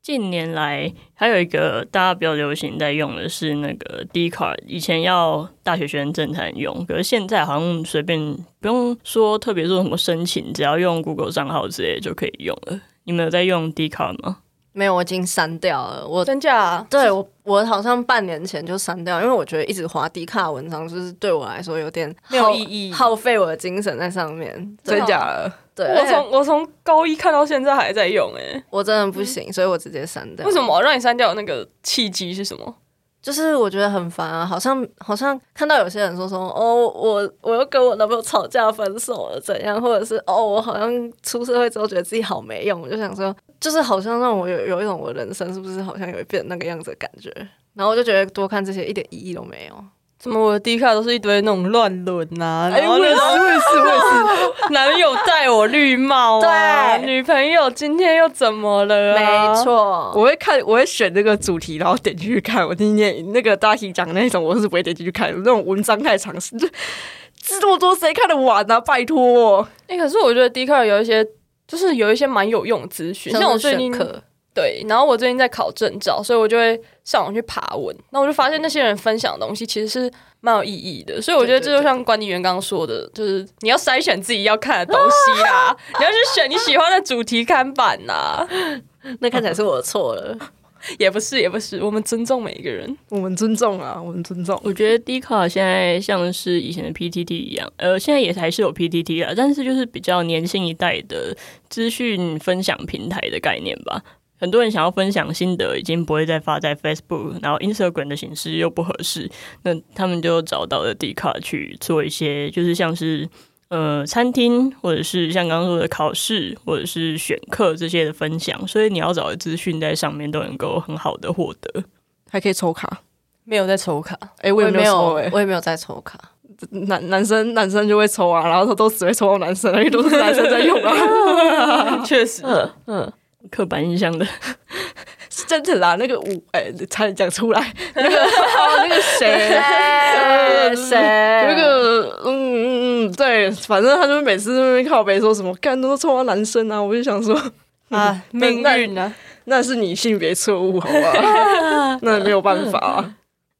近年来还有一个大家比较流行在用的是那个 Dcard， 以前要大学学生证才能用，可是现在好像随便不用说特别做什么申请，只要用 Google 账号之类就可以用了。你们有在用 Dcard 吗？ 没有，我已经删掉了。我真假啊？ 对我好像半年前就删掉，因为我觉得一直滑Dcard文章就是对我来说有点没有意义， 耗费我的精神在上面。 真假的？ 对， 我从高一看到现在还在用我真的不行，所以我直接删掉。 为什么让你删掉那个契机是什么？ 就是我觉得很烦啊，好像看到有些人说我又跟我男朋友吵架分手了怎样，或者是我好像出社会之后觉得自己好没用，我就想说，就是好像让我有一种我人生是不是好像有变那个样子的感觉，然后我就觉得多看这些一点意义都没有。 怎么我的 Dcard 都是一堆那种乱伦啊， 然后我也是男友戴我绿帽啊，对，女朋友今天又怎么了啊？没错， 我会选这个主题，然后点进去看。我今天那个大体讲的那种，我是不会点进去看，那种文章太长，这么多谁看得完啊？拜托！ 可是我觉得 Dcard 有一些蛮有用的资讯，像我最近对，然后我最近在考证照，所以我就会上网去爬文，那我就发现那些人分享的东西其实是蛮有意义的，所以我觉得这就像管理员刚刚说的，就是你要筛选自己要看的东西啦，你要去选你喜欢的主题看板啦。 那看起来是我的错了。 也不是，我们尊重每一个人， 我们尊重啊，我们尊重。 我觉得 Dcard 现在像是以前的 PTT 一样，现在也还是有 PTT 啦，但是就是比较年轻一代的资讯分享平台的概念吧。很多人想要分享心得，已经不会再发在 Facebook， 然后 Instagram 的形式又不合适，那他们就找到了 Dcard 去做一些，就是像是餐厅，或者是像刚刚说的考试，或者是选课这些的分享，所以你要找的资讯在上面都能够很好的获得， 还可以抽卡。 没有在抽卡， 我也我也没有抽， 我也没有在抽卡。 男生就会抽啊，然后都只会抽到男生，因为都是男生在用啊。 确实， 刻板印象的。 是真的啦，那个差点讲出来，那个那个谁，那个对，反正他就每次在那边靠北说什么干都抽到男生啊，我就想说啊，命运啊， 那是你性别错误，好吧？那没有办法啊。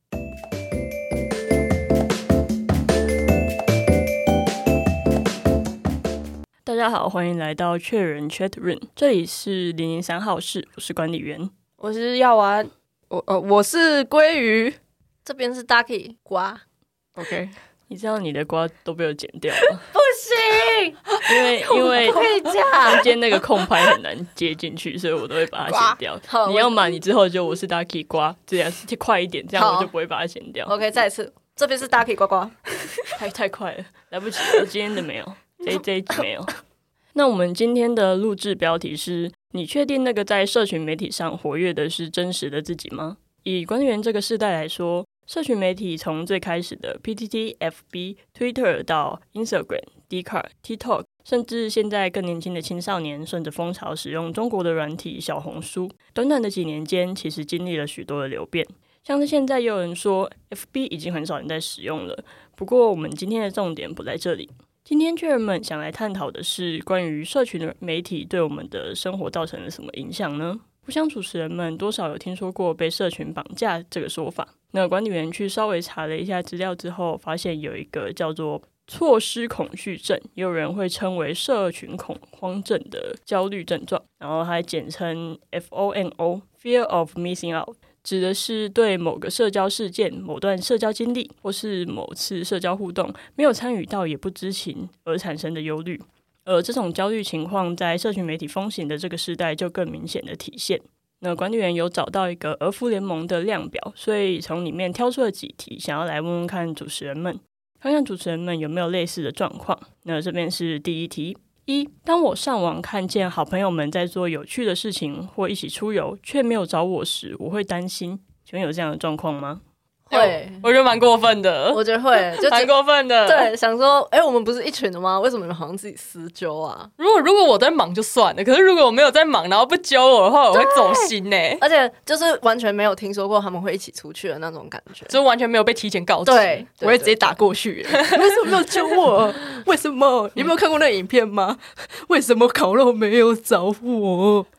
大家好，欢迎来到确认 Chat Room， 这里是003号室，我是管理员， 我是药丸， 我是鲑鱼， 这边是 Ducky 瓜。 OK， 你知道你的瓜都被我剪掉了， 不行， 因为可以讲中间那个空拍很难接进去，所以我都会把它剪掉。你要嘛，你之后就我是 Ducky 瓜，这样快一点，这样我就不会把它剪掉。 OK， 再一次，这边是 Ducky 瓜瓜， 太快了，来不及了，今天的没有。这一集没有。那我们今天的录制标题是：你确定那个在社群媒体上活跃的是真实的自己吗？以管理员这个世代来说，社群媒体从最开始的 PTT、FB、Twitter 到 Instagram、Dcard、TikTok， 甚至现在更年轻的青少年顺着风潮使用中国的软体小红书，短短的几年间其实经历了许多的流变。像是现在也有人说 FB 已经很少人在使用了，不过我们今天的重点不在这里。今天确人们想来探讨的是关于社群媒体对我们的生活造成了什么影响呢？不像主持人们多少有听说过被社群绑架这个说法。那管理员去稍微查了一下资料之后，发现有一个叫做错失恐惧症，也有人会称为社群恐慌症的焦虑症状，然后还简称 FOMO Fear of Missing Out，指的是对某个社交事件、某段社交经历或是某次社交互动没有参与到也不知情而产生的忧虑。而这种焦虑情况在社群媒体风行的这个时代就更明显的体现。那管理员有找到一个儿福联盟的量表，所以从里面挑出了几题，想要来问问看主持人们，看看主持人们有没有类似的状况。那这边是第一题。当我上网看见好朋友们在做有趣的事情或一起出游，却没有找我时，我会担心。请问有这样的状况吗？ 会， 我觉得蛮过分的。 我觉得会，就蛮过分的。 对，想说，我们不是一群的吗？为什么你们好像自己私揪啊？ 如果我在忙就算了，可是如果我没有在忙，然后不揪我的话，我会走心欸。 而且就是完全没有听说过他们会一起出去的那种感觉， 就完全没有被提前告知。 对， 我会直接打过去。为什么没有揪我？为什么？你有没有看过那个影片吗？为什么烤肉没有找我？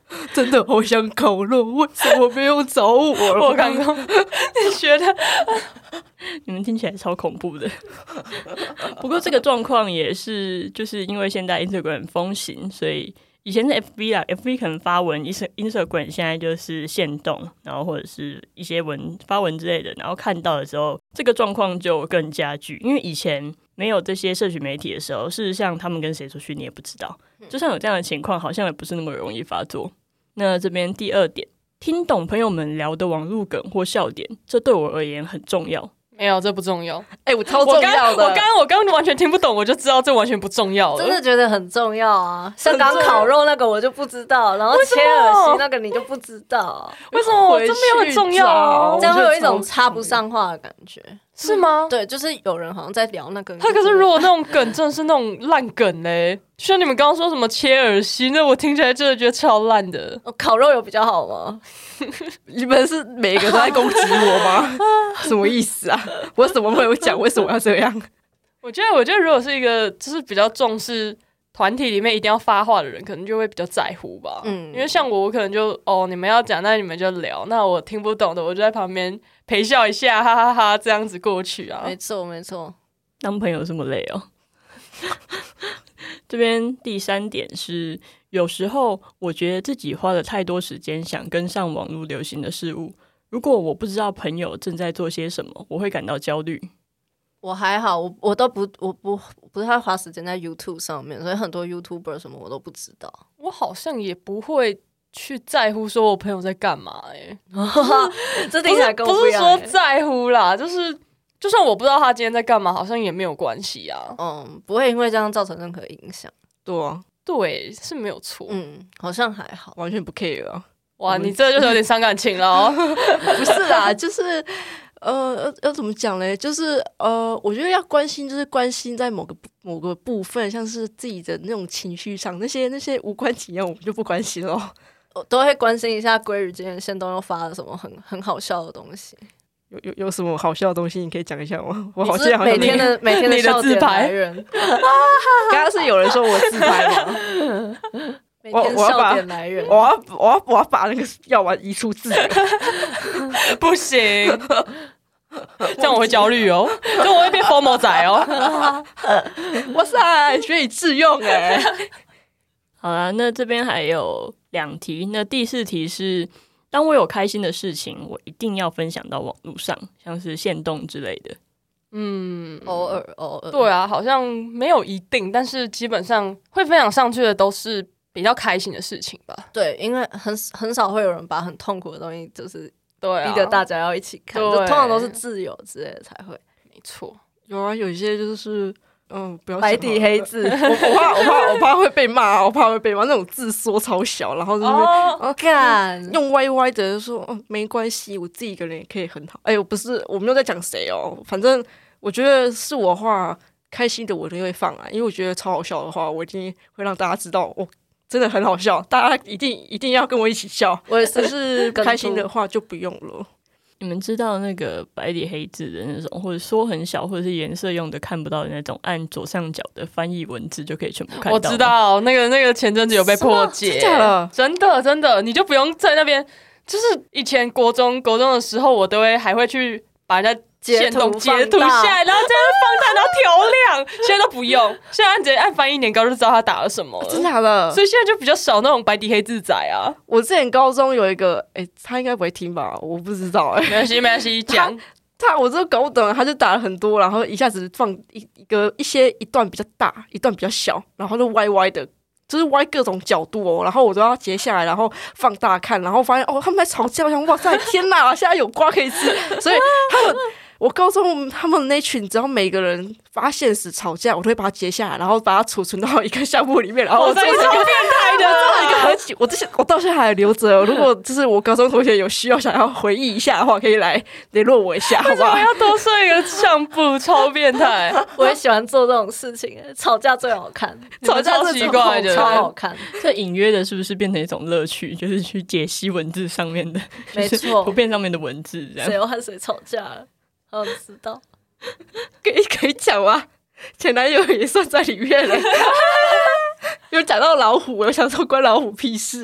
真的好想烤肉，为什么没有找我？ 我刚刚你觉得你们听起来超恐怖的。不过这个状况也是，就是因为现在 Instagram 风行，所以以前是 FB 啦 ，FB 可能发文 ，Instagram 现在就是限动，然后或者是一些发文之类的，然后看到的时候，这个状况就更加剧。因为以前没有这些社群媒体的时候，事实上他们跟谁出去你也不知道，就算有这样的情况，好像也不是那么容易发作。那这边第二点，听懂朋友们聊的网络梗或笑点，这对我而言很重要。 没有，这不重要。 我超重要的。 我刚完全听不懂，我就知道这完全不重要了。 真的觉得很重要啊！像刚烤肉那个我就不知道，然后切耳心那个你就不知道， 为什么？这没有很重要， 这样会有一种插不上话的感觉。 是吗？ 对，就是有人好像在聊那个。 他可是如果那种梗真的是那种烂梗嘞，像你们刚刚说什么切耳心，那我听起来真的觉得超烂的。 烤肉有比较好吗？ 你们是每个都在攻击我吗？什么意思啊？我什么没有讲？为什么要这样？ 我觉得如果是一个就是比较重视团体里面一定要发话的人，可能就会比较在乎吧。因为像我可能就你们要讲，那你们就聊，那我听不懂的，我就在旁边陪笑一下，哈哈哈，这样子过去啊。 没错，没错。 当朋友这么累哦。这边第3点是，有时候我觉得自己花了太多时间想跟上网络流行的事物，如果我不知道朋友正在做些什么，我会感到焦虑。 我还好，我都不太花时间在 YouTube 上面，所以很多 YouTuber 什么我都不知道。 我好像也不会去在乎说我朋友在干嘛这听起来跟我不是说在乎啦，就是就算我不知道他今天在干嘛，好像也没有关系啊。 不会因为这样造成任何影响。 对啊， 对，是没有错。 好像还好， 完全不 care 啊。 哇，你这就是有点伤感情了哦。 不是啦，就是要怎么讲嘞？就是我觉得要关心，就是关心在某个部分，像是自己的那种情绪上，那些无关紧要，我们就不关心咯。 我都会关心一下鲑鱼今天限动又发了什么很好笑的东西。 有什么好笑的东西，你可以讲一下吗？我好像每天的笑点来源。 刚刚是有人说我自拍吗？ 每天笑点来源。 我要把那个药丸移出自由。 不行，这样我会焦虑哦，这样我会变 FOMO 仔哦。 哇塞，学以致用哎。 好啦，那这边还有2题。那第4题是，当我有开心的事情，我一定要分享到网络上，像是限动之类的。 偶尔。 对啊，好像没有一定，但是基本上会分享上去的都是比较开心的事情吧。 对，因为很少会有人把很痛苦的东西就是对逼着大家要一起看，通常都是自由之类的才会。 没错， 有啊，有一些就是不要白底黑字， 我怕会被骂，我怕会被骂，那种字缩超小，然后就是用歪歪的说没关系，我自己一个人也可以很好。我没有在讲谁哦，反正我觉得是我的话，开心的我一定会放啊，因为我觉得超好笑的话，我一定会让大家知道真的很好笑，大家一定要跟我一起笑。 我也是开心的话就不用了。 你们知道那个白底黑字的那种，或者缩很小，或者是颜色用的看不到的那种，按左上角的翻译文字就可以全部看到。 我知道那个前阵子有被破解，真的，你就不用在那边。就是以前国中的时候，我都还会去把人家截图下来，然后这样放大，然后调亮。现在都不用，现在直接按翻译年糕就知道他打了什么了。 真的假的？ 所以现在就比较少那种白底黑字仔啊。 我之前高中有一个，他应该不会听吧？我不知道没关系，讲。 我真的搞不懂，他就打了很多，然后一下子放一段比较大，一段比较小，然后就歪歪的。就是歪各种角度哦，然后我都要截下来，然后放大看，然后发现他们在吵架，我想哇塞，天哪，现在有瓜可以吃，所以我高中他们那群，只要每个人发现时吵架，我都会把它截下来，然后把它储存到一个项目里面，然后我超变态的， 做一个合集，我到现在还留着。如果就是我高中同学有需要想要回忆一下的话，可以来联络我一下，好不好？ 我要多设一个项目，超变态。 我也喜欢做这种事情，吵架最好看， 吵架超奇怪的， 超好看。 这隐约的是不是变成一种乐趣？就是去解析文字上面的， 没错， 图片上面的文字，这样谁又和谁吵架了？好想知道， 可以讲吗？前男友也算在里面了。有讲到老虎，我想说关老虎屁事啊！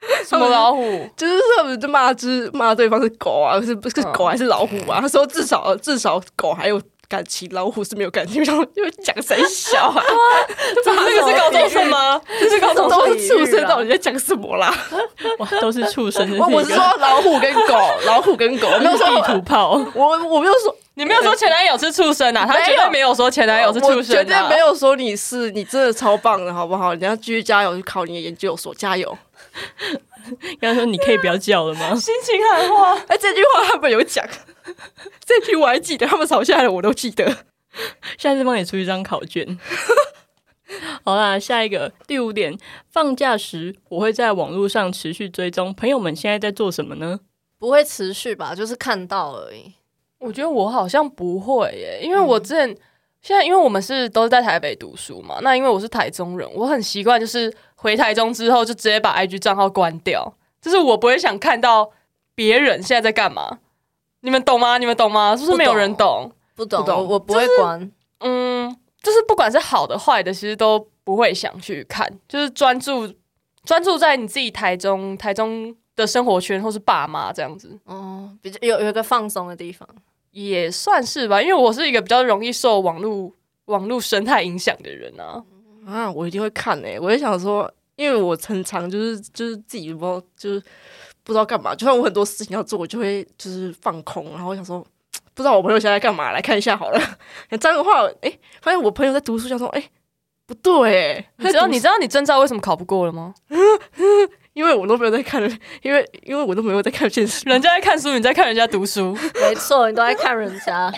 什么老虎？ 就是他们就骂对方是狗啊，是不是狗还是老虎啊？他说至少狗还有感情，老虎是没有感情，然后又讲谁小啊？ 这个是高中生吗？这是高中生， 都是畜生，到底在讲什么啦？ 哇，都是畜生的。 我是说老虎跟狗，我没有说地图炮， 我没有说。 你没有说前男友是畜生啊？他绝对没有说前男友是畜生、啊，我绝对没有说你真的超棒的，好不好？你要继续加油，去考你的研究所，加油！ 刚才说你可以不要叫了吗？ 心情喊话， 这句话他们有讲，这句我还记得，他们吵架了我都记得。 下次帮你出一张考卷。好啦，下一个第5点，放假时我会在网络上持续追踪朋友们现在在做什么呢？ 不会持续吧，就是看到而已。 我觉得我好像不会耶，因为我之前现在因为我们都是在台北读书嘛，那因为我是台中人，我很习惯就是回台中之后就直接把 IG 账号关掉，就是我不会想看到别人现在在干嘛。你们懂吗？是不是没有人懂？ 不懂，我不会关。 就是不管是好的坏的，其实都不会想去看，就是专注在你自己台中的生活圈或是爸妈这样子。 比较有一个放松的地方。 也算是吧，因为我是一个比较容易受网络生态影响的人啊。 我一定会看我也想说，因为我很常就是自己不知道干嘛，就算我很多事情要做，我就会就是放空，然后我想说不知道我朋友现在在干嘛，来看一下好了。这样的话，发现我朋友在读书，想说不对你知道你真知道为什么考不过了吗？ 因为我都没有在看，因为我都没有在看现实， 人家在看书，你在看人家读书。 没错，你都在看人家。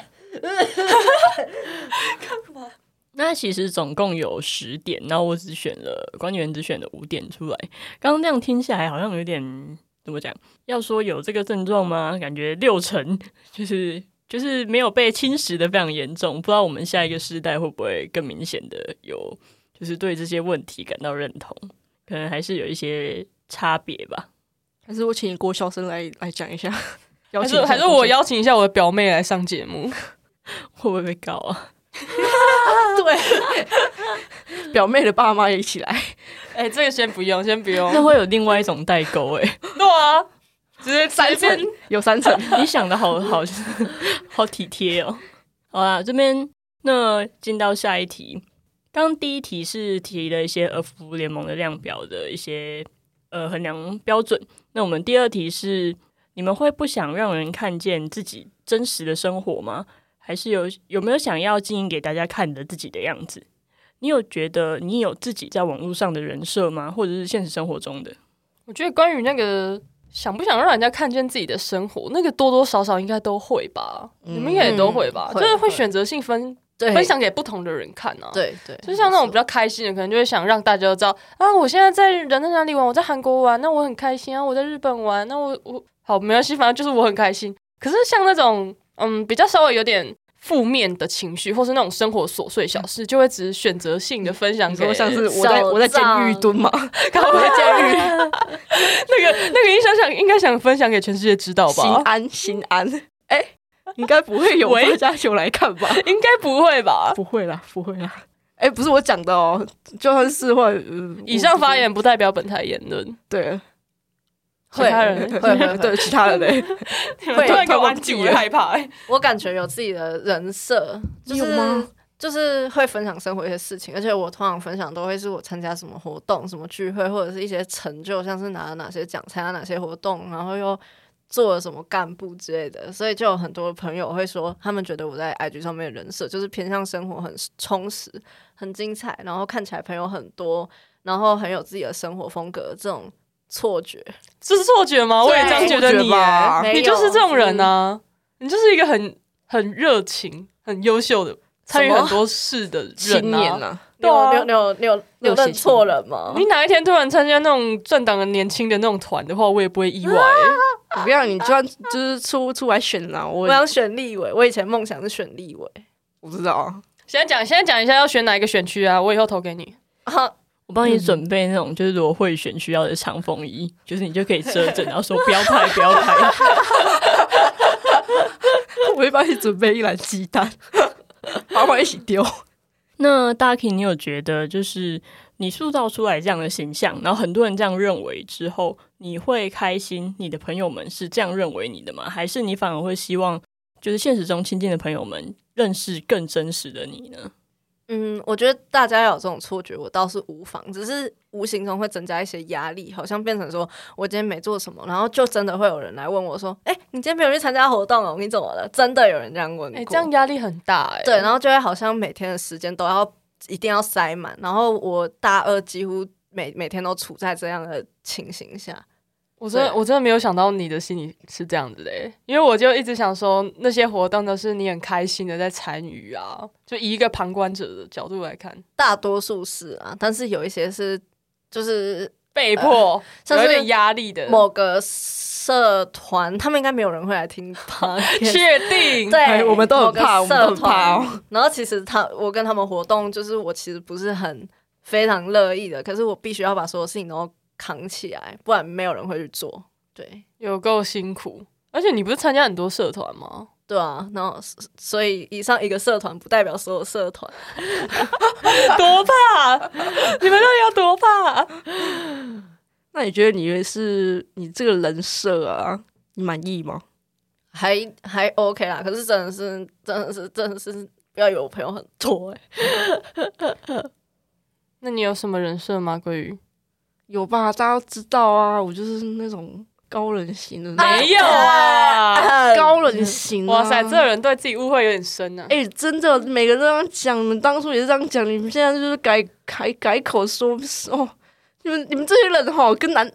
干嘛？ 那其实总共有10点，然后我管理员只选了5点出来。刚刚这样听下来，好像有点怎么讲？要说有这个症状吗？感觉60%就是没有被侵蚀的非常严重。不知道我们下一个世代会不会更明显的有，就是对这些问题感到认同？可能还是有一些差别吧。 还是我请郭晓生来讲一下， 还是我邀请一下我的表妹来上节目， 会不会被告啊？ 对，表妹的爸妈也一起来。 这个先不用。 那会有另外一种代沟对啊，直接 3层，有3层。 你想的好体贴哦。好啦，这边那进到下一题。刚第一题是提了一些儿福联盟的量表的一些衡量标准。那我们第2题是，你们会不想让人看见自己真实的生活吗？还是有没有想要经营给大家看的自己的样子？你有觉得你有自己在网络上的人设吗？或者是现实生活中的？ 我觉得关于那个想不想让人家看见自己的生活，那个多多少少应该都会吧。你们应该也都会吧？就是会选择性分享给不同的人看啊。 对， 就像那种比较开心的，可能就会想让大家都知道啊，我现在在人在哪里玩，我在韩国玩，那我很开心啊；我在日本玩，那我好没关系，反正就是我很开心。可是像那种比较稍微有点负面的情绪，或是那种生活琐碎小事，就会只是选择性的分享给， 像是我在监狱蹲嘛， 我在监狱，那个应该想分享给全世界知道吧？ 心安，应该不会有大家有来看吧？ 应该不会吧？ 不会啦。不是我讲的哦，就算是会， 以上发言不代表本台言论。 对。 其他人会对其他人会突然给我安静，我害怕。 我感觉有自己的人设， 有吗？ 就是会分享生活一些事情，而且我通常分享都会是我参加什么活动、什么聚会，或者是一些成就，像是拿了哪些奖、参加哪些活动，然后又做了什么干部之类的，所以就有很多朋友会说，他们觉得我在 IG 上面的人设就是偏向生活很充实、很精彩，然后看起来朋友很多，然后很有自己的生活风格这种。错觉， 这是错觉吗？我也这样觉得你耶，你就是这种人啊，你就是一个很热情、很优秀的、参与很多事的人青年啊。 对啊，你有认错人吗？ 你哪一天突然参加那种政党的年轻的那种团的话，我也不会意外。 我不要你，就算就是出来选啦， 我想选立委，我以前梦想是选立委。 我知道啊， 现在讲一下要选哪一个选区啊？我以后投给你。 我帮你准备那种，就是如果会选需要的长风衣，就是你就可以遮着，然后说不要拍。 我会帮你准备一篮鸡蛋，把我一起丢。 那大 K， 你有觉得就是你塑造出来这样的形象，然后很多人这样认为之后，你会开心你的朋友们是这样认为你的吗？还是你反而会希望就是现实中亲近的朋友们认识更真实的你呢？ 我觉得大家有这种错觉我倒是无妨，只是无形中会增加一些压力，好像变成说我今天没做什么，然后就真的会有人来问我说你今天没有去参加活动哦，你怎么了？真的有人这样问过， 这样压力很大对，然后就会好像每天的时间都一定要塞满，然后我大二几乎每天都处在这样的情形下。 我真的没有想到你的心里是这样子的因为我就一直想说那些活动都是你很开心的在参与啊，就以一个旁观者的角度来看， 大多数是啊，但是有一些是就是被迫、有点压力的某个社团，他们应该没有人会来听确定对， 我们都很怕，我们都很怕然后其实我跟他们活动，就是我其实不是非常乐意的，可是我必须要把所有事情都扛起来，不然没有人会去做。对， 有够辛苦。而且你不是参加很多社团吗？ 对啊，然后所以以上一个社团不代表所有社团。 多怕！你们到底要多怕？ 那你觉得你这个人设啊，你满意吗？ 还 OK 啦，可是真的是不要以为我朋友很多那你有什么人设吗？鲑鱼有吧，大家都知道啊，我就是那种高冷型的。 没有啊， 高冷型哇塞，这个人对自己误会有点深啊。 真的每个人都这样讲，你们当初也是这样讲，你们现在就是改口说哦，你们这些人跟男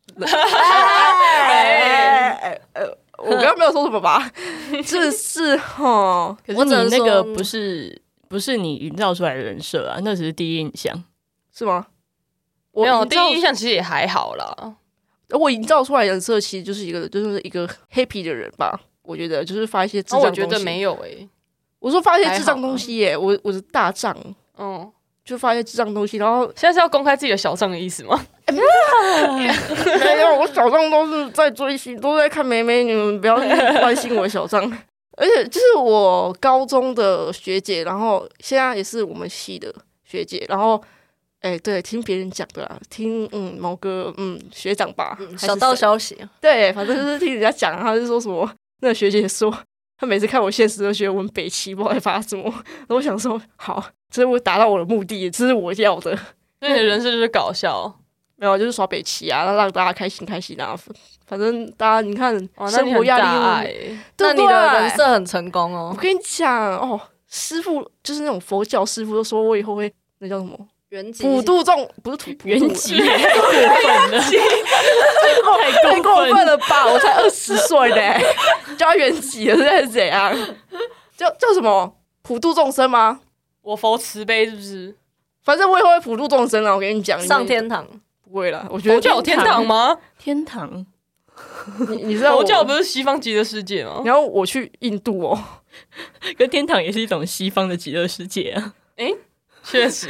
我刚刚没有说什么吧？就是可是你那个不是你营造出来的人设啊，那只是第一印象， 是吗？ 没有，第一印象其实也还好啦。 我营造出来的人设其实就是一个 happy 的人吧。我觉得就是发一些智障东西。 我觉得没有我说发一些智障东西我是大账，就发一些智障东西，然后现在是要公开自己的小账的意思吗？ 没有，我小账都是在追星，都在看妹妹，你们不要关心我的小账。而且就是我高中的学姐，然后现在也是我们系的学姐，然后对，听别人讲的啦，听某个学长吧， 小道消息， 对，反正就是听人家讲，他就说什么那个学姐说，她每次看我现实都觉得我很北七，不知道在发什么。然后我想说，好，这是我达到我的目的，这是我要的。 那你的人设就是搞笑， 没有，就是耍北七啊，让大家开心啊。反正大家你看，生活压力， 那你的人设很成功哦。 我跟你讲师傅就是那种佛教师傅，都说我以后会那叫什么？普度众不是原籍，太过分了， 太过分了吧！我才20岁呢，就要原籍了，这是怎样？叫什么？普度众生吗？ 我佛慈悲是不是？ 反正我以后会普度众生了。我跟你讲， 上天堂不会啦。我觉得佛教有天堂吗？ 天堂， 你知道佛教不是西方极乐世界吗？ 然后我去印度跟天堂也是一种西方的极乐世界啊。 确实。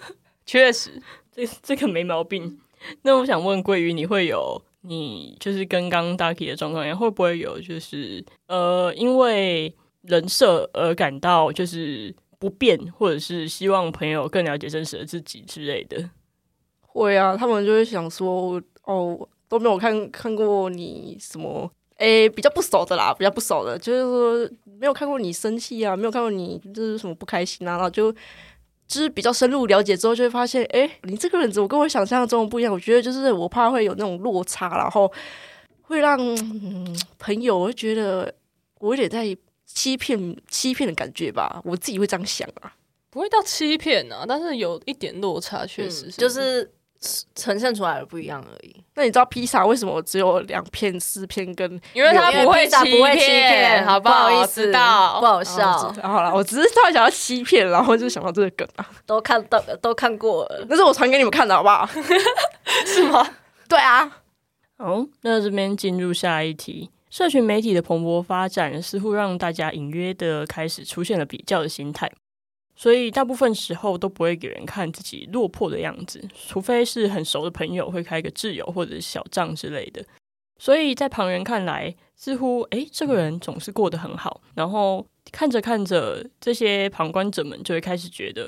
这个没毛病。那我想问鲑鱼，你就是跟刚刚 Ducky 的状况一样，会不会有就是因为人设而感到就是不便，或者是希望朋友更了解真实的自己之类的？ 会啊，他们就会想说都没有看过你什么比较不熟的啦，比较不熟的，就是说没有看过你生气啊，没有看过你就是什么不开心啊，然后就是比较深入了解之后，就会发现，你这个人怎么跟我想象中不一样？我觉得就是我怕会有那种落差，然后会让朋友会觉得我有点在欺骗的感觉吧，我自己会这样想啊。 不会到欺骗啊，但是有一点落差，确实是就是呈现出来的不一样而已。 那你知道披萨为什么只有2片、4片跟？ 因为他不会欺骗，好不好？ 不好意思，不好笑。 好了，我只是突然想到欺骗，然后就想到这个梗啊。 都看过了， 那是我传给你们看的，好不好？ 是吗？ 对啊。 好，那这边进入下一题。社群媒体的蓬勃发展，似乎让大家隐约的开始出现了比较的心态。所以大部分时候都不会给人看自己落魄的样子，除非是很熟的朋友会开个挚友或者是小账之类的。所以在旁人看来，似乎这个人总是过得很好，然后看着看着，这些旁观者们就会开始觉得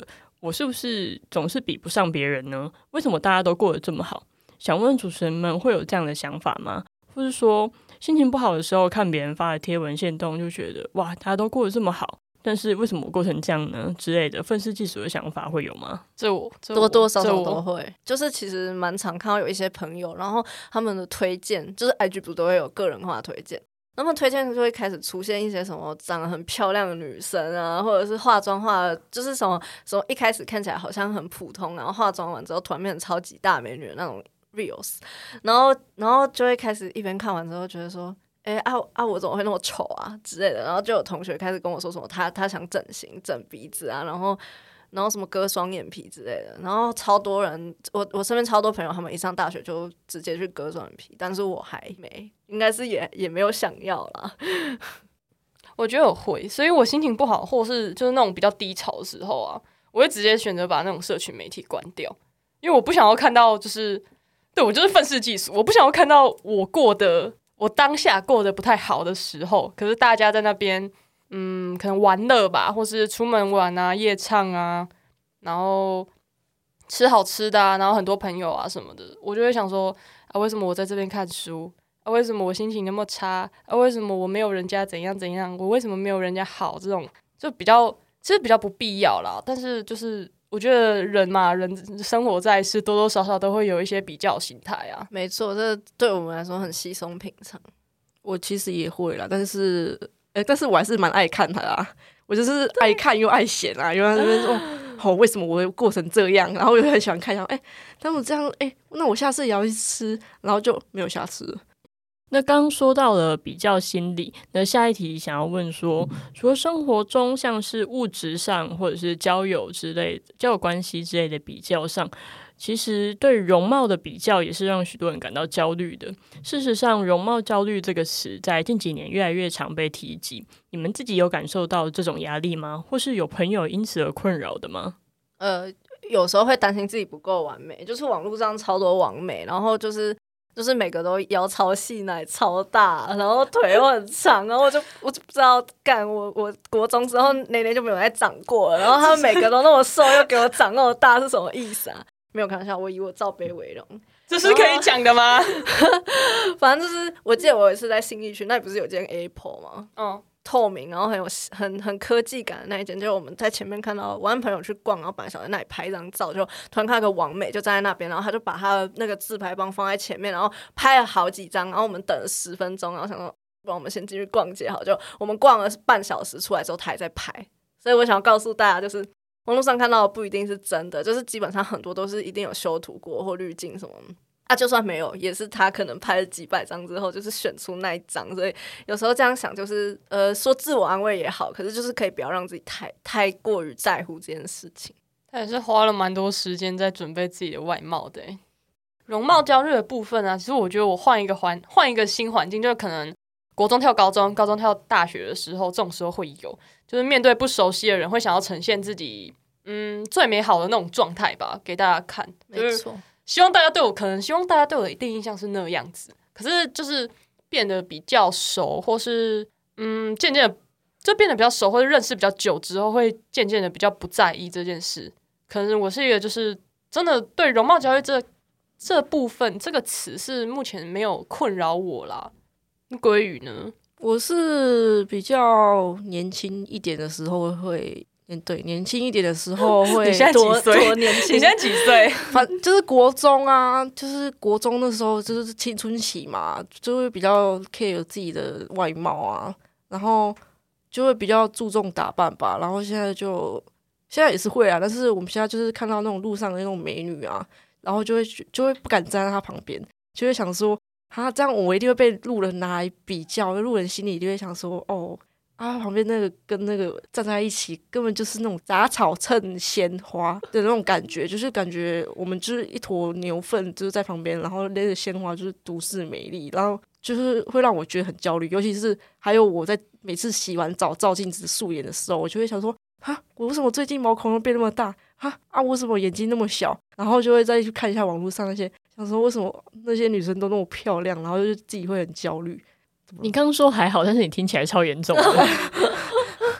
我是不是总是比不上别人呢？为什么大家都过得这么好？想问主持人们会有这样的想法吗？或是说心情不好的时候看别人发的贴文限动就觉得哇，大家都过得这么好，但是为什么我过成这样呢之类的愤世嫉俗的想法会有吗？ 多多少少都会，就是其实蛮常看到有一些朋友，然后他们的推荐就是 IG 不都会有个人化推荐，那么推荐就会开始出现一些什么长得很漂亮的女生啊，或者是化妆化就是什么一开始看起来好像很普通，然后化妆完之后突然变成超级大美女的那种 reels， 然后就会开始一边看完之后觉得说我怎么会那么丑啊之类的，然后就有同学开始跟我说什么他想整形整鼻子啊，然后什么割双眼皮之类的，然后超多人，我身边超多朋友，他们一上大学就直接去割双眼皮，但是我还没，应该是也没有想要啦。 我觉得我会，所以我心情不好或是就是那种比较低潮的时候啊，我会直接选择把那种社群媒体关掉，因为我不想要看到就是对我就是愤世嫉俗，我不想要看到我当下过得不太好的时候，可是大家在那边可能玩乐吧，或是出门玩啊、夜唱啊，然后吃好吃的啊，然后很多朋友啊什么的，我就会想说啊，为什么我在这边看书啊？为什么我心情那么差啊？为什么我没有人家怎样怎样？我为什么没有人家好？这种就其实比较不必要啦。但是就是我觉得人嘛，人生活在世，多多少少都会有一些比较心态啊。 没错，这对我们来说很稀松平常。 我其实也会啦，但是我还是蛮爱看他啦。我就是爱看又爱嫌啊，因为那边说为什么我会过成这样，然后我又很喜欢看，想他们这样那我下次也要去吃，然后就没有下次了。 那刚刚说到了比较心理，那下一题想要问说，除了生活中像是物质上或者是交友关系之类的比较上，其实对容貌的比较也是让许多人感到焦虑的。事实上，容貌焦虑这个词在近几年越来越常被提及，你们自己有感受到这种压力吗？或是有朋友因此而困扰的吗？ 有时候会担心自己不够完美，就是网络上超多网美，然后就是每个都腰超细、奶超大，然后腿又很长，然后我就不知道我国中之后内就没有再长过了，然后他们每个都那么瘦，又给我长那么大，是什么意思啊？没有开玩笑，我以我罩杯为荣， 这是可以讲的吗？ 反正就是我记得我有一次在信义区，那里不是有间 Apple 吗？透明，然后很科技感的那一间，就是我们在前面看到，我跟朋友去逛，然后本来想在那里拍一张照，就突然看到个网美就站在那边，然后他就把他的那个自拍棒放在前面，然后拍了好几张，然后我们等了10分钟，然后想说不然我们先进去逛街好，就我们逛了半小时，出来之后他还在拍，所以我想要告诉大家，就是网络上看到的不一定是真的，就是基本上很多都是一定有修图过或滤镜什么就算没有，也是他可能拍了几百张之后，就是选出那一张。所以有时候这样想，就是说自我安慰也好，可是就是可以不要让自己太过于在乎这件事情。 他也是花了蛮多时间在准备自己的外貌的。容貌焦虑的部分啊，其实我觉得我换一个新环境，就可能国中跳高中，高中跳大学的时候，这种时候会有，就是面对不熟悉的人，会想要呈现自己最美好的那种状态吧，给大家看。 没错。 希望大家对我的一定印象是那样子，可是就是变得比较熟，或是渐渐的就变得比较熟，或者认识比较久之后，会渐渐的比较不在意这件事。可能我是一个就是真的对容貌焦虑这部分这个词是目前没有困扰我啦。鲑鱼呢？ 我是比较年轻一点的时候会。对，年轻一点的时候会你现在几岁？ 多年轻？ 你现在几岁？ 反正就是国中啊，就是国中的时候就是青春期嘛，就会比较 care 自己的外貌啊，然后就会比较注重打扮吧。然后现在也是会啊，但是我们现在就是看到那种路上的那种美女啊，然后就会不敢站在她旁边，就会想说这样我一定会被路人拿来比较，路人心里就会想说旁边那个跟那个站在一起，根本就是那种杂草衬鲜花的那种感觉，就是感觉我们就是一坨牛粪，就是在旁边，然后那个鲜花就是独饰美丽，然后就是会让我觉得很焦虑。尤其是还有我在每次洗完澡照镜子素颜的时候，我就会想说我为什么最近毛孔都变那么大我为什么眼睛那么小？然后就会再去看一下网络上那些，想说为什么那些女生都那么漂亮，然后就自己会很焦虑。 你刚刚说还好，但是你听起来超严重的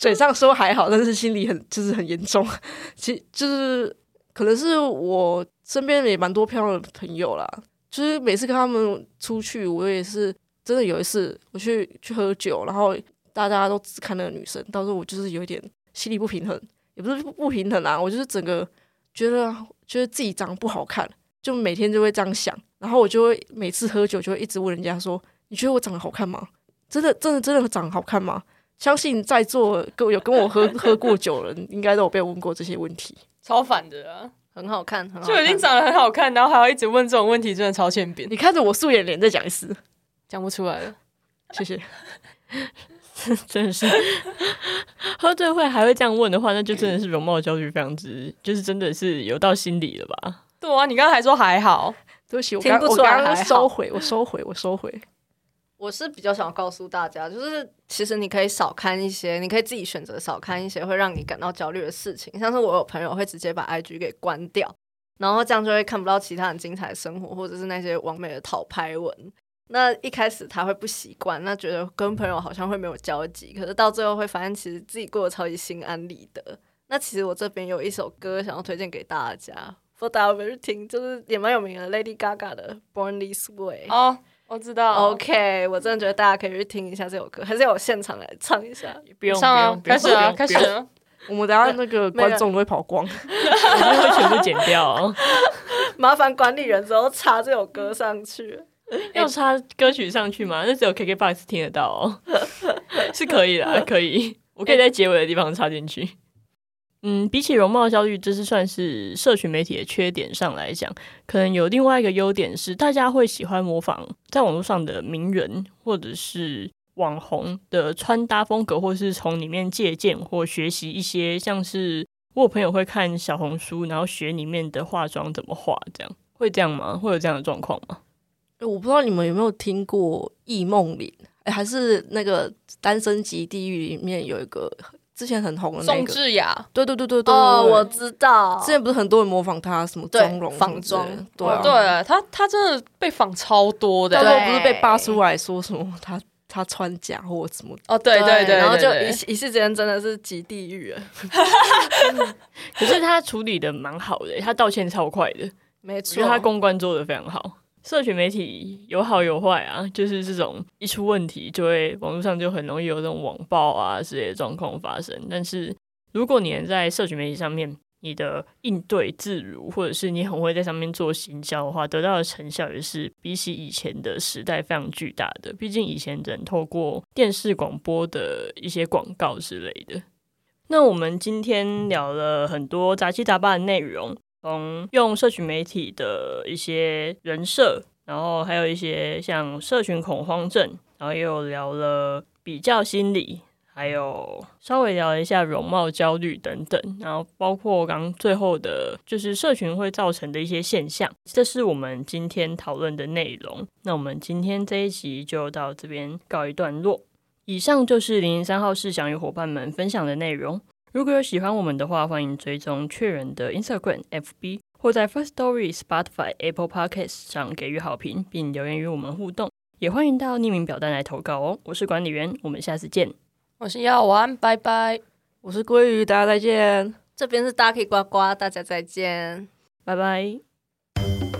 嘴上说还好，但是心里就是很严重。其实就是可能是我身边也蛮多漂亮的朋友啦，就是每次跟他们出去，我也是真的有一次我去喝酒，然后大家都只看那个女生，到时候我就是有一点心里不平衡，也不是不平衡啊，我就是整个觉得自己长得不好看，就每天就会这样想，然后我就会每次喝酒就会一直问人家说，你觉得我长得好看吗？真的长得好看吗？相信在座有跟我喝过酒的人，应该都有被问过这些问题。 超反的啊， 很好看， 就已经长得很好看，然后还要一直问这种问题，真的超欠扁。 你看着我素颜脸再讲一次， 讲不出来了， 谢谢。 真的是喝醉会还会这样问的话，那就真的是容貌焦虑非常之，就是真的是有到心里了吧？ 对啊，你刚刚还说还好， 对不起，我听不出来刚刚还好收回，我收回。 我是比较想要告诉大家，就是其实你可以少看一些，你可以自己选择少看一些会让你感到焦虑的事情。像是我有朋友会直接把 IG 给关掉，然后这样就会看不到其他很精彩的生活，或者是那些完美的讨拍文。那一开始他会不习惯，那觉得跟朋友好像会没有交集，可是到最后会发现其实自己过得超级心安理得。那其实我这边有一首歌想要推荐给大家，不知道大家有没有去听，就是也蛮有名的 Lady Gaga 的 Born This Way。 哦，我知道。 OK， 我真的觉得大家可以去听一下这首歌，还是要我现场来唱一下？ 不用， 上啊，开始啊，开始啊！ 我们等一下那个观众都会跑光， 我们会全部剪掉。 麻烦管理人之后插这首歌上去。 要插歌曲上去吗？那只有 KKBOX 听得到哦。是可以啦，可以，我可以在结尾的地方插进去。比起容貌焦虑，这是算是社群媒体的缺点上来讲，可能有另外一个优点是，大家会喜欢模仿在网络上的名人或者是网红的穿搭风格，或是从里面借鉴或学习一些，像是我有朋友会看小红书，然后学里面的化妆怎么化，这样会这样吗？会有这样的状况吗？ 我不知道你们有没有听过易梦玲，还是那个《单身级地狱》里面有一个之前很红的那个宋智雅， 对， 哦，我知道， 之前不是很多人模仿她什么妆容仿妆， 对啊， 对他真的被仿超多的， 到时候不是被扒出来说什么他穿假或什么？ 哦，对， 然后就一时间真的是极地狱了。 可是他处理的蛮好的，他道歉超快的， 没错， 我觉得他公关做的非常好。社群媒体有好有坏啊，就是这种一出问题就会网络上就很容易有这种网暴啊之类的状况发生。但是如果你能在社群媒体上面你的应对自如，或者是你很会在上面做行销的话，得到的成效也是比起以前的时代非常巨大的。毕竟以前人透过电视广播的一些广告之类的。那我们今天聊了很多杂七杂八的内容，从用社群媒体的一些人设，然后还有一些像社群恐慌症，然后也有聊了比较心理，还有稍微聊了一下容貌焦虑等等，然后包括刚最后的就是社群会造成的一些现象，这是我们今天讨论的内容。那我们今天这一集就到这边告一段落。以上就是003号室想与伙伴们分享的内容。如果有喜欢我们的话，欢迎追踪确人的 Instagram、FB， 或在 Firstory、Spotify、Apple Podcasts 上给予好评，并留言与我们互动。也欢迎到匿名表单来投稿哦。我是管理员，我们下次见。 我是药丸，拜拜。 我是鲑鱼，大家再见。 这边是大 K 呱呱，大家再见， 拜拜。